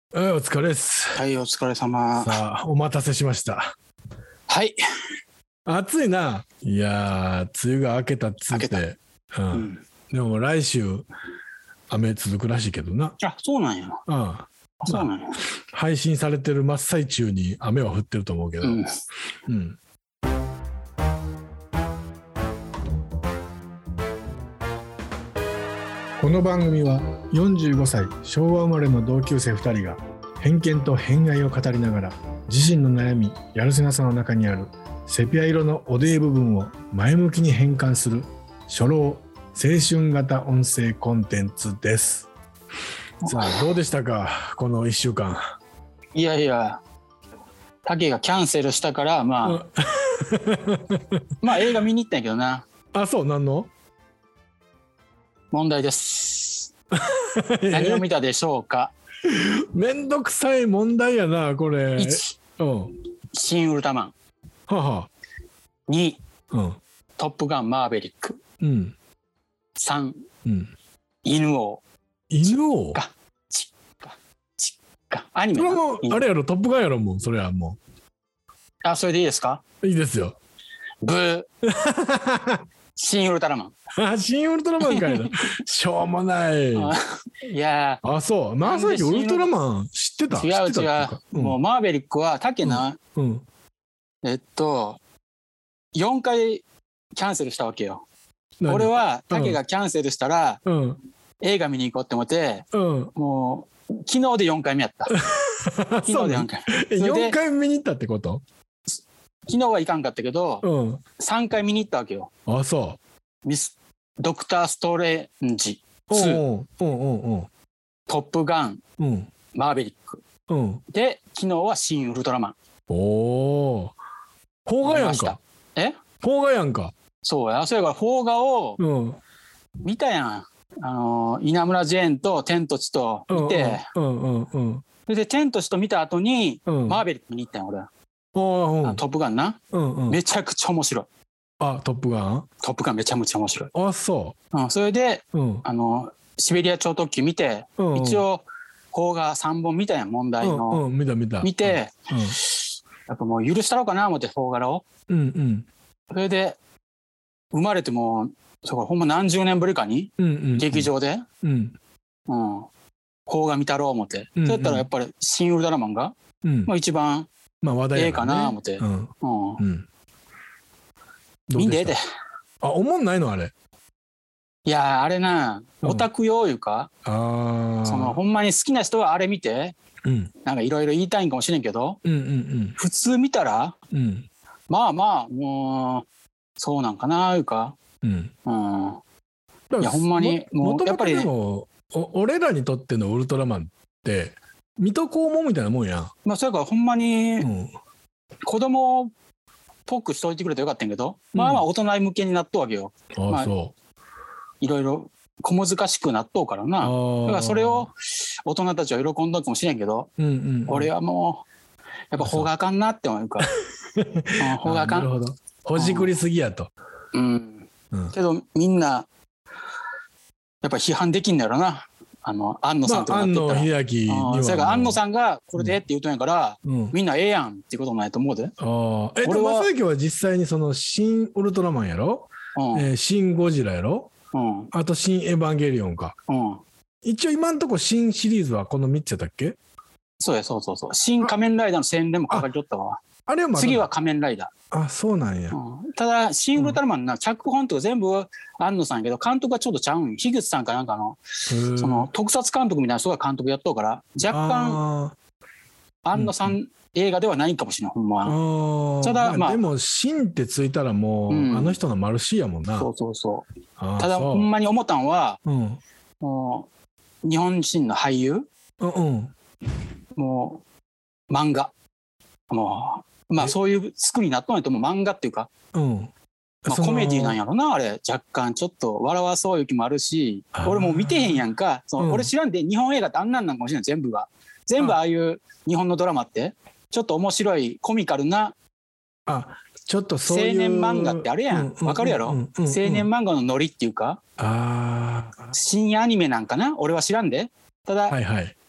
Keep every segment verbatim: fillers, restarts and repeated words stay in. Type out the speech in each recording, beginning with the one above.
はい、お疲れです。 はい、お疲れ様。 さあ、お待たせしました。 はい。 暑いな。いやー、梅雨が明けたっつって。うん。うん、でも来週雨続くらしいけどな。 あ、そうなんや。 うん。 あ、そうなんや。 配信されてる真っ最中に雨は降ってると思うけど。うん。うん、この番組はよんじゅうごさい昭和生まれの同級生ふたりが偏見と偏愛を語りながら自身の悩みやるせなさの中にあるセピア色のおでい部分を前向きに変換する初老青春型音声コンテンツです。さあどうでしたかこのいっしゅうかん。 いやいやタケがキャンセルしたからまあまあ映画見に行ったんやけどな。 あ、そう。何の問題です何を見たでしょうか。 めんどくさい問題やなこれ。 いち、うん、新ウルトラマン。 はは。 に、 うん、 トップガンマーベリック。 うん、 さん、 うん、 犬王。 犬王かちかちかアニメな。 もあれやろ、トップガンやろ。もうそれはもう。 あ、それでいいですか。 いいですよ。 ブー新ウルトラマン。 あ、新ウルトラマンかいなしょうもない。いやあ、そう。まさきウルトラマン知ってた。 違う違う、うん、もうマーベリックはタケな、うんうん、えっとよんかいキャンセルしたわけよ。俺はタケがキャンセルしたら、うん、映画見に行こうって思って、うん、もう昨日でよんかいめやった昨日でよんかいめよんかい見に行ったってこと。 昨日はいかんかったけど、うん、さんかい見に行ったわけよ。 あ、そう。 ミスドクターストレンジツー、トップガン、うん、マーベリック、うん、で昨日は新ウルトラマン。 おお、邦画やんか。 え？ 邦画やんか。 そうや、そうやから邦画を見たやん。あの稲村ジェーンと天と地と見て、うんうんうん、それで天と地と見た後に、うん、マーベリック見に行ったんや俺。うん、トップガンな、うんうん、めちゃくちゃ面白い。 あ、トップガン？ トップガンめちゃめちゃ面白い。 あ、そう。 うん、それで、うん、あのシベリア超特急見て、うんうん、一応邦画さんぼん見たやん問題の、うんうん、 見た見た見て、うんうん、やっぱもう許したろうかな思って邦画を、うんうん、それで生まれてもそうかほんま何十年ぶりかに、うんうんうん、劇場で、うんうん、邦画見たろう思って、うんうん、そうやったらやっぱり新ウルトラマンが、うんまあ、一番まあ話題やからね、 ええかな思って、うんうんうん、 見んでええで。あ、おもんないのあれ。 いやあれな、オタク用いうか、うん、あそのほんまに好きな人はあれ見て、うん、なんかいろいろ言いたいんかもしれんけど、うんうんうん、普通見たら、うん、まあまあもうそうなんかないうか、うんうん、いやほんまにもうやっぱり、ね、 も俺らにとってのウルトラマンって水戸黄門みたいなもんやん。 まあそれからほんまに、うん、子供っぽくしといてくれてよかったんやけど、うん、まあまあ大人向けになっとうわけよ。 あ、 まあ、 そういろいろ小難しくなっとうからな。だからそれを大人たちは喜んどくかもしれんけど、うんうんうん、俺はもうやっぱ邦画あかんなって思うから邦画あかん。 なるほど、ほじくりすぎやと、 うんうん、けどみんなやっぱ批判できんだろうな。あの庵野さんとかなってたら、まあ、庵野秀明にはそれから庵野さんがこれでって言うとんやから、うん、みんなええやんっていうことないと思うで。 あえでも正行は実際にその新ウルトラマンやろ、うんえー、新ゴジラやろ、うん、あと新エヴァンゲリオンか、うん、一応今んとこ新シリーズはこのみっつやったっけ。 そうやそうそうそう、新仮面ライダーの宣伝もかかりとったわ。あれはまだ次は仮面ライダー。あ、そうなんや、 うん、ただ新ウルトラマンな、うん、脚本とか全部庵野さんやけど監督がちょっとちゃうん。樋口さんかなんかのその特撮監督みたいな人が監督やっとうから若干庵野さん、うん、映画ではないかもしれないほんま。 ただ、まあ、でも新ってついたらもう、うん、あの人のマルシーやもんな。 そうそうそう。ただほんまに思ったんは、うん、もう日本人の俳優、うんうん、もう漫画もうまあそういう作りになっとんやと思う。漫画っていうか、うんまあ、コメディなんやろなあれ。若干ちょっと笑わそういう気もあるし、俺もう見てへんやんかその、うん、俺知らんで日本映画ってあんなんなんかもしれない。全部が全部ああいう日本のドラマってちょっと面白いコミカルなあちょっとそういう青年漫画ってあるやん。わかるやろ、うんうんうんうん、青年漫画のノリっていうかあ深夜アニメなんかな俺は知らんで。ただ、はいはい、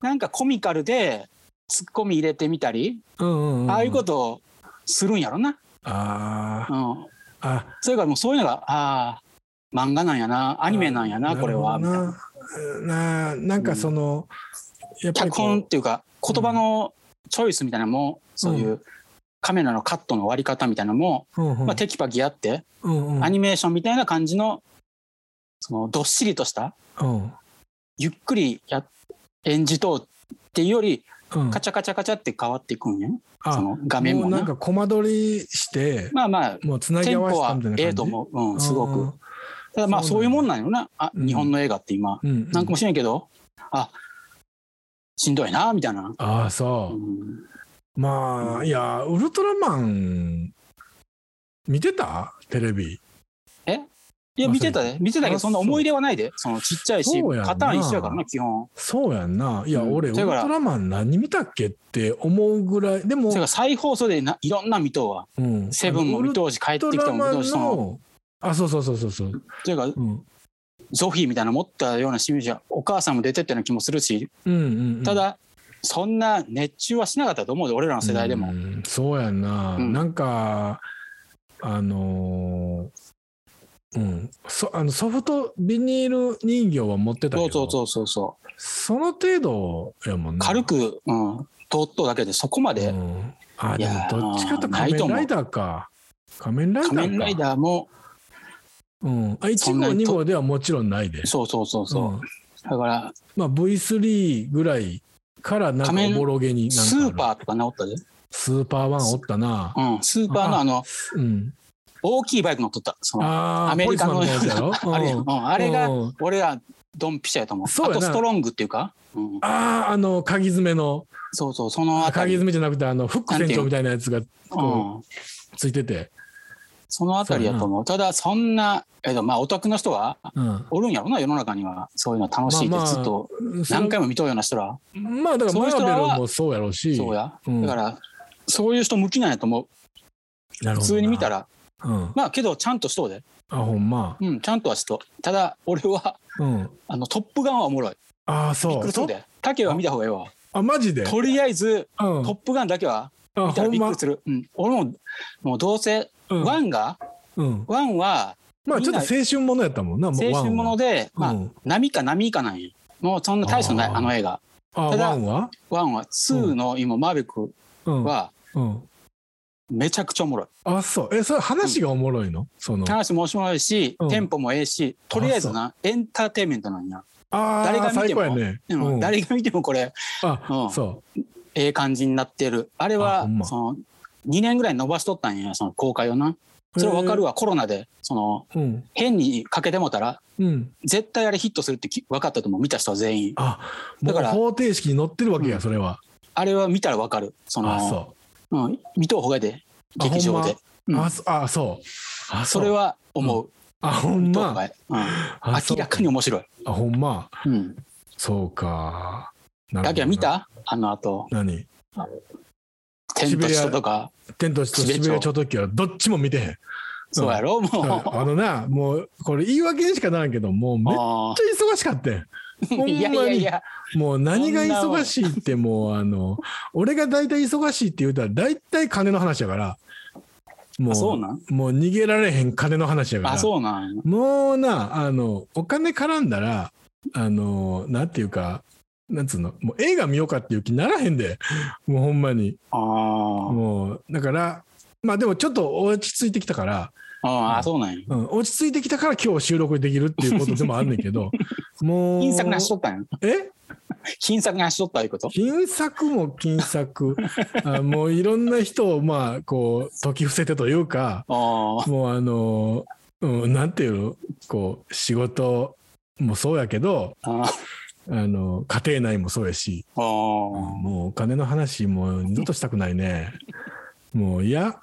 なんかコミカルでツッコミ入れてみたり、うんうんうん、ああいうことをするんやろな。 あ、 うん、あそれからもうそういうのがああ漫画なんやなアニメなんやなこれはみたいな。 ななんかその、 うん、やっぱり脚本っていうか言葉のチョイスみたいなのも、うん、そういうカメラのカットの割り方みたいなのも、うんうんまあ、テキパキあって、うんうん、アニメーションみたいな感じのそのどっしりとした、うん、ゆっくりや演じとうっていうより、うん、カチャカチャカチャって変わっていくんや、その画面も、ね、 もうなんかコマ撮りしてまあまあもうつなぎ合わせたみたいな感じ。 テンポはええと思う、うん、すごく。ただまあそういうもんなんよな、あ、うん、日本の映画って今、うんうん、なんかもしれんけどあしんどいなみたいな。 ああそう、うん、まあいやウルトラマン見てたテレビ。 えいや見てたで見てたけどそんな思い入れはないで、そのちっちゃいしパターン一緒やからな基本。 そうやんな。いや、うん、俺ウルトラマン何見たっけって思うぐらい。でもそれから再放送でないろんな見とうわ、うん、セブンも見とうし帰ってきたも見とうし、そのあそうそうそうそうそうそれから、うん、ゾフィーみたいな持ったようなシミュレーションお母さんも出てったような気もするし、うんうんうん、ただそんな熱中はしなかったと思うで俺らの世代でも、うん、 そうやんな、うん、なんかあのーうん、そあのソフトビニール人形は持ってたけどそうそうそうそうその程度やもんな。 軽く、うん、通っとだけでそこまで、うん、 あでもどっちかと仮面ライダーか仮面ライダーか仮面ライダーも、 うん、あいち号に号ではもちろんないで。 そうそうそうそう、うん、だからまあ ブイスリー ぐらいからなんかおぼろげになんかスーパーとかなおったで。 スーパーワンおったな、 うん、スーパーのあのあ、うん大きいバイク乗っとった。そのアメリカのあれ、うん、あれが俺らドンピシャやと思う。あとストロングっていうか、 うん、あああの鍵爪のそうそうそのあたり鍵爪じゃなくてあのフック船長みたいなやつがこうついてて、 そのあたりやと思う。ただそんなえどまあオタクの人はおるんやろな、世の中にはそういうの楽しいってずっと何回も見とうような人ら。 まあだからマーベルもそうやろうし、 そうや。だからそういう人向きなんやと思う。普通に見たら。うん、まあけどちゃんとしとうで。 あほんま。 うんちゃんとはしと。ただ俺は、うん、あのトップガンはおもろい。 ああそう。 びっくりするで。竹は見た方がいいわ。 あマジで。 とりあえず、うん、トップガンだけは見たらびっくりする。うん、俺ももうどうせ、うん、ワンが、うん、ワンはまあちょっと青春ものやったもんな。 青春ものでまあ、うん、波か波かなんや。もうそんな大層ない あ, あの映画。 あただワンはワンはツーの今、うん、マーベックは。うんうんめちゃくちゃおもろい。 あそうえそれ話がおもろいの、うん、その話もおもろいし、うん、テンポもええしとりあえずなエンターテインメントなんや。 あ誰が見ても、 ねうん、誰が見てもこれあ、うん、そうええ感じになってる。あれはそのにねんぐらい伸ばしとったんやその公開をな。それ分かるわコロナでその、うん、変にかけてもたら、うん、絶対あれヒットするって分かったと思う見た人は全員。 あだから方程式に載ってるわけや、うん、それは。あれは見たら分かるそのあそううん、見とうほうがいいで劇場で。 あ、うん、あ, あそうあそれは思う。うん、 あほんま、 うん、明らかに面白い。 あほんま、うん、そうか。 だけど見たあの後何天と地とか天と地とシベリア超特急はどっちも見てへん。 そうやろ、うん、もうあのなもうこれ言い訳にしかならんけどもうめっちゃ忙しかったん。ほんまにいやいやいやもう何が忙しいってもうあの俺が大体忙しいって言うたら大体金の話やからもうそうなんもう逃げられへん金の話やから。 あそうなんもうなあのお金絡んだらあのなんていうかなんつうのもう映画見ようかっていう気にならへんでもうほんまに。あもうだからまあでもちょっと落ち着いてきたからああそうなんや、 うん、落ち着いてきたから今日収録できるっていうことでもあんねんけどもう金策なしとったんや。 え金策なしとったいうこと。 金策も金策あもういろんな人をまあこう解き伏せてというかあもうあの、うん、なんていうのこう仕事もそうやけどああの家庭内もそうやしあ、うん、もうお金の話もう二度としたくないねもういや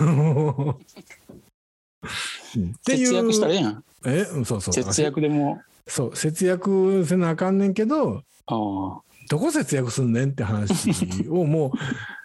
っていう節約したらええやん。 えそうそう節約でもそう節約せなあかんねんけどあどこ節約すんねんって話をもう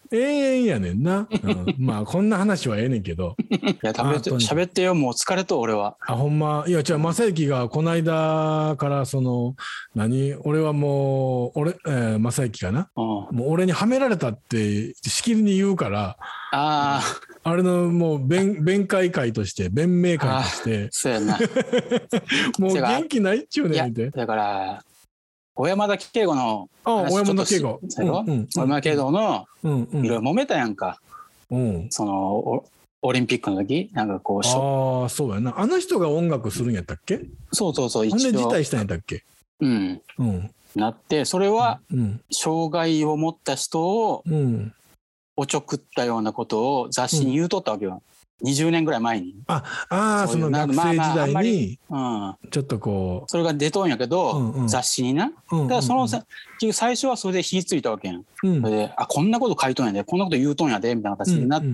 永遠やねんな、うん、まあこんな話はええねんけどいや食べて喋ってよ、もう疲れと俺は。 あほんまいや違う正行がこの間からその何俺はもう俺、えー、正行がな、うん、もう俺にはめられたってしきりに言うからああれのもう弁弁解会として弁明会としてそうやなもう元気ないっちゅうねんってだから小山田圭吾の話小山田圭吾、 うんうん、小山田圭吾のいろいろ揉めたやんか、うん、そのオリンピックの時なんかこうああそうやなあの人が音楽するんやったっけそうそうそう一応辞退したんやったっけうん、うん、なってそれは障害を持った人をおちょくったようなことを雑誌に言うとったわけよ、うんにじゅうねんぐらい前にああその学生時代にちょっとこうそれが出とんやけど、うんうん、雑誌にな、うんうんうん、だからその最初はそれで火ついたわけやん、うん、それであこんなこと書いとんやでこんなこと言うとんやでみたいな形になって、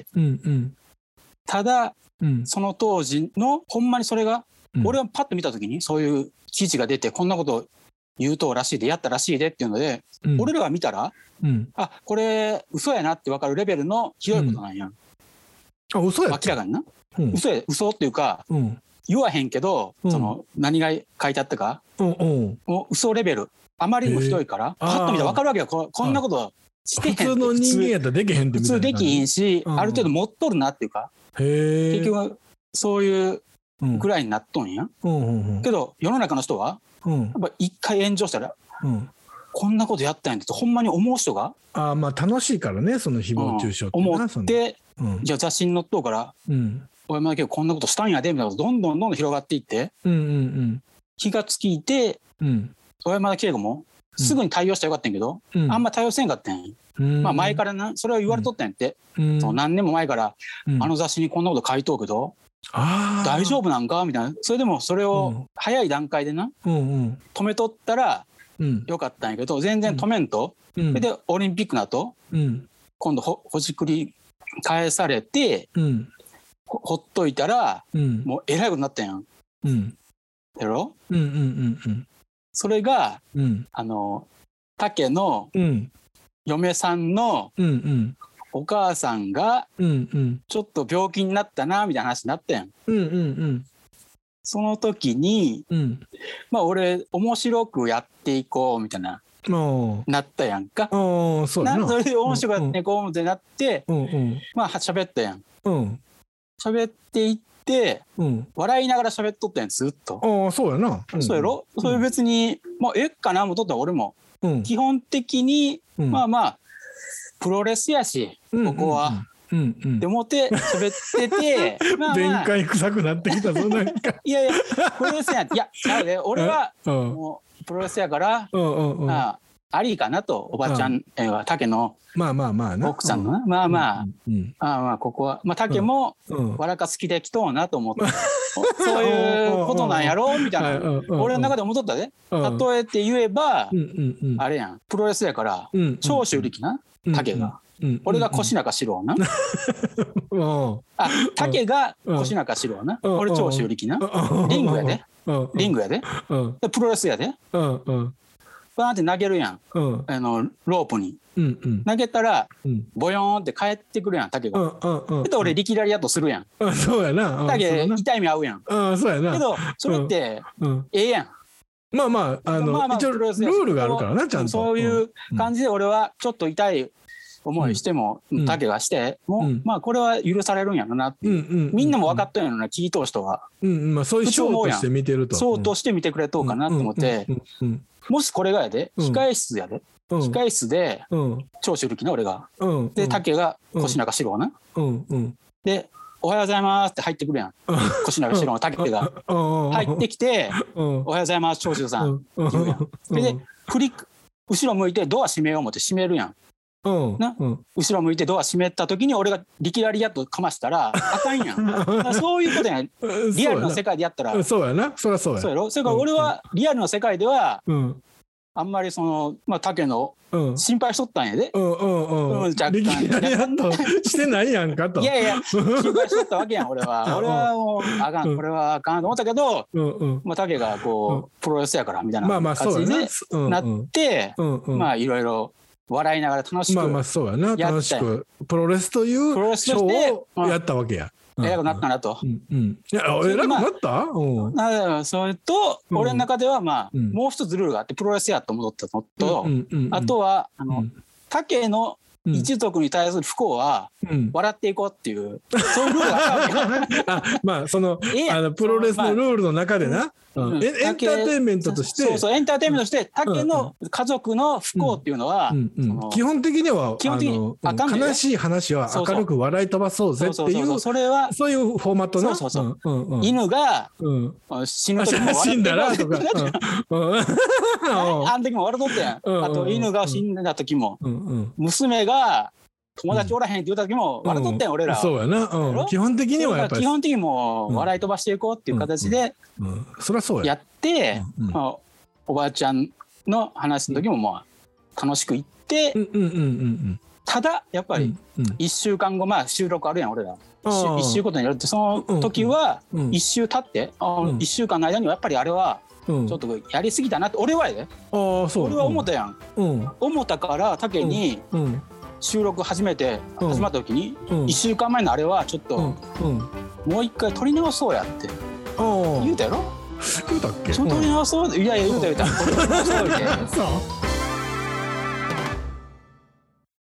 うんうんうん、ただ、うん、その当時のほんまにそれが、うん、俺はパッと見た時にそういう記事が出てこんなこと言うとらしいでやったらしいでっていうので、うん、俺らが見たら、うん、あこれ嘘やなって分かるレベルのひどいことなんや、うんあ嘘や明らかにな、うん、嘘や嘘っていうか、うん、言わへんけど、うん、その何が書いてあったか、うんうん、もう嘘レベルあまりにもひどいからパッと見たら分かるわけよ こ, こんなことしてへんって普通の人間やったらできへんって普通できひんし、うんうん、ある程度持っとるなっていうかへ結局そういうぐらいになっとんや、うんうんうん、けど世の中の人は、うん、やっぱ一回炎上したら、うんこんなことやったんやってほんまに思う人があまあ楽しいからねその誹謗中傷って、うん、 思って、うん、じゃあ雑誌に載っとうから、うん、小山田圭吾こんなことしたんやでみたいなことどんどんどんどん広がっていって、うんうんうん、気がつきいて、うん、小山田圭吾もすぐに対応したらよかったんやけど、うん、あんま対応せんかったんや、うん、まあ前からなそれは言われとったんやって、うん、その何年も前から、うん、あの雑誌にこんなこと書いとうけど、あ大丈夫なんかみたいなそれでもそれを早い段階でな、うんうん、止めとったらうん、よかったんやけど全然止めんと、うん、でオリンピックの後、うん、今度 ほ, ほじくり返されて、うん、ほ, ほっといたら、うん、もうえらいことになったやん、うん、やろ、うんうんうんうん、それが、うん、あの竹の嫁さんのお母さんがちょっと病気になったなみたいな話になったやん、うんうんうんその時に、うん、まあ俺面白くやっていこうみたいななったやんか。 そうやな。 それで面白くやっていこうってなって、うんうん、まあ喋ったやん。喋、うん、っていって、うん、笑いながら喋っとったやんずっと。 あそうやな。 うん、そうやろ。うん、それ別にまあえっかなもとったら俺も、うん、基本的に、うん、まあまあプロレスやし、うん、ここは。うんうんうんうん、でもって喋っててまあ、まあ、弁解臭くなってきたぞなんかいやいやプロレスやんいや違うね俺はもうプロレスやから、うんうんうん、まあありかなとおばちゃんは竹のまあまあまあな奥さんのな、うん、まあまあ、うんうん、まあまあここはまあ竹も笑か好きできとうなと思って、うん、そういうことなんやろみたいな俺の中で思っとったで例えて言えば、うんうんうん、あれやんプロレスやから、うんうん、長州力な竹が、うんうんうん、俺が腰中四郎なあ竹が腰中四郎な、うん、俺長州力な、うん、リングやで、うん、リングやで、うん、でプロレスやで、うんうん、バーンって投げるやん、うん、あのロープに、うんうん、投げたら、うん、ボヨーンって帰ってくるやん竹が、うんうん、で俺力ラリアとするやん、 うん、そうやな竹痛い目合うやん、 うん、そうやなけどそれって、うん、ええやんまあまああの、まあまあ、一応ルールがあるからなちゃんとそういう感じで俺はちょっと痛い思いしても、うん、竹がしても、うん、まあこれは許されるんやろなって、うんうんうん、みんなも分かったんやろな聞いとう人は、 うんまあ、そういうショーとして見てるとそうとして見てくれとうかなと思って、うんうんうんうん、もしこれがやで控え室やで、うん、控え室で、うん、長州力な俺が、うん、で竹が腰中四郎な、うんうん、でおはようございますって入ってくるやん、うん、腰中四郎の竹が入ってきて、うん、おはようございます長州さんって言うやん、うん、で振り後ろ向いてドア閉めよう思って閉めるやんうんなうん、後ろ向いてドア閉めた時に俺が力ラリアとかましたらあかんやんそういうことやんリアルの世界でやったらそうやなそりゃそうやそうやろそれから俺はリアルの世界では、うん、あんまりそのまあ竹の心配しとったんやで、うんうんうん、 若干力ラリアとしてないやんかといやいや心配しとったわけやん俺は俺はもうあかんこれはあかんと思ったけど、うんうんまあ、竹がこうプロレスやからみたいな感じになってまあまあ、うんうん、まあいろいろ笑いながら楽しくまあまあそうやな、楽しくプロレスというショーをやったわけや。 偉くなったなと。 うんうん、いや偉くなった？うん。 なそれと、うん、俺の中ではまあ、うん、もう一つルールがあってプロレスやと思ったのと、うんうんうんうん、あとはあの、うん、竹の一族に対する不幸は笑っていこうっていう、うん、そういうルールがあったわけあまあそのあのプロレスのルールの中でな、まあうん、エ, エンターテインメントとしてそうそうエンターテインメントとして竹の家族の不幸っていうのは、 うんうんうん、基本的には基本的にあの悲しい話は明るく笑い飛ばそうぜっていうそれはそういうフォーマットなそうそうそう、うんうん、犬が、うん、死ぬ時も死んだらとかあの時も笑っとったやん、うんうん、あと犬が死んだ時も、うんうん、娘が友達おらへんって言った時も笑っとったやん、うん、俺らそうやな、うん、基本的にはやっぱり基本的にもう笑い飛ばしていこうっていう形でやって、うんうんうん、おばあちゃんの話の時もまあ楽しくいって、うんうんうんうん、ただやっぱりいっしゅうかんごまあ収録あるやん俺らいっ週ごとにやるってその時はいっ週経って、うん、いっしゅうかんの間にはやっぱりあれはちょっとやりすぎたなって俺はやで、うん、俺は思ったやん、うん、思ったから竹に、うんうん収録初めて始まった時に、うん、いっしゅうかんまえのあれはちょっと、うんうん、もう一回撮り直そうやって言うたやろ言うたっけちょっと撮り直そう、うん、いやいや言うた言うた撮り直そうってそう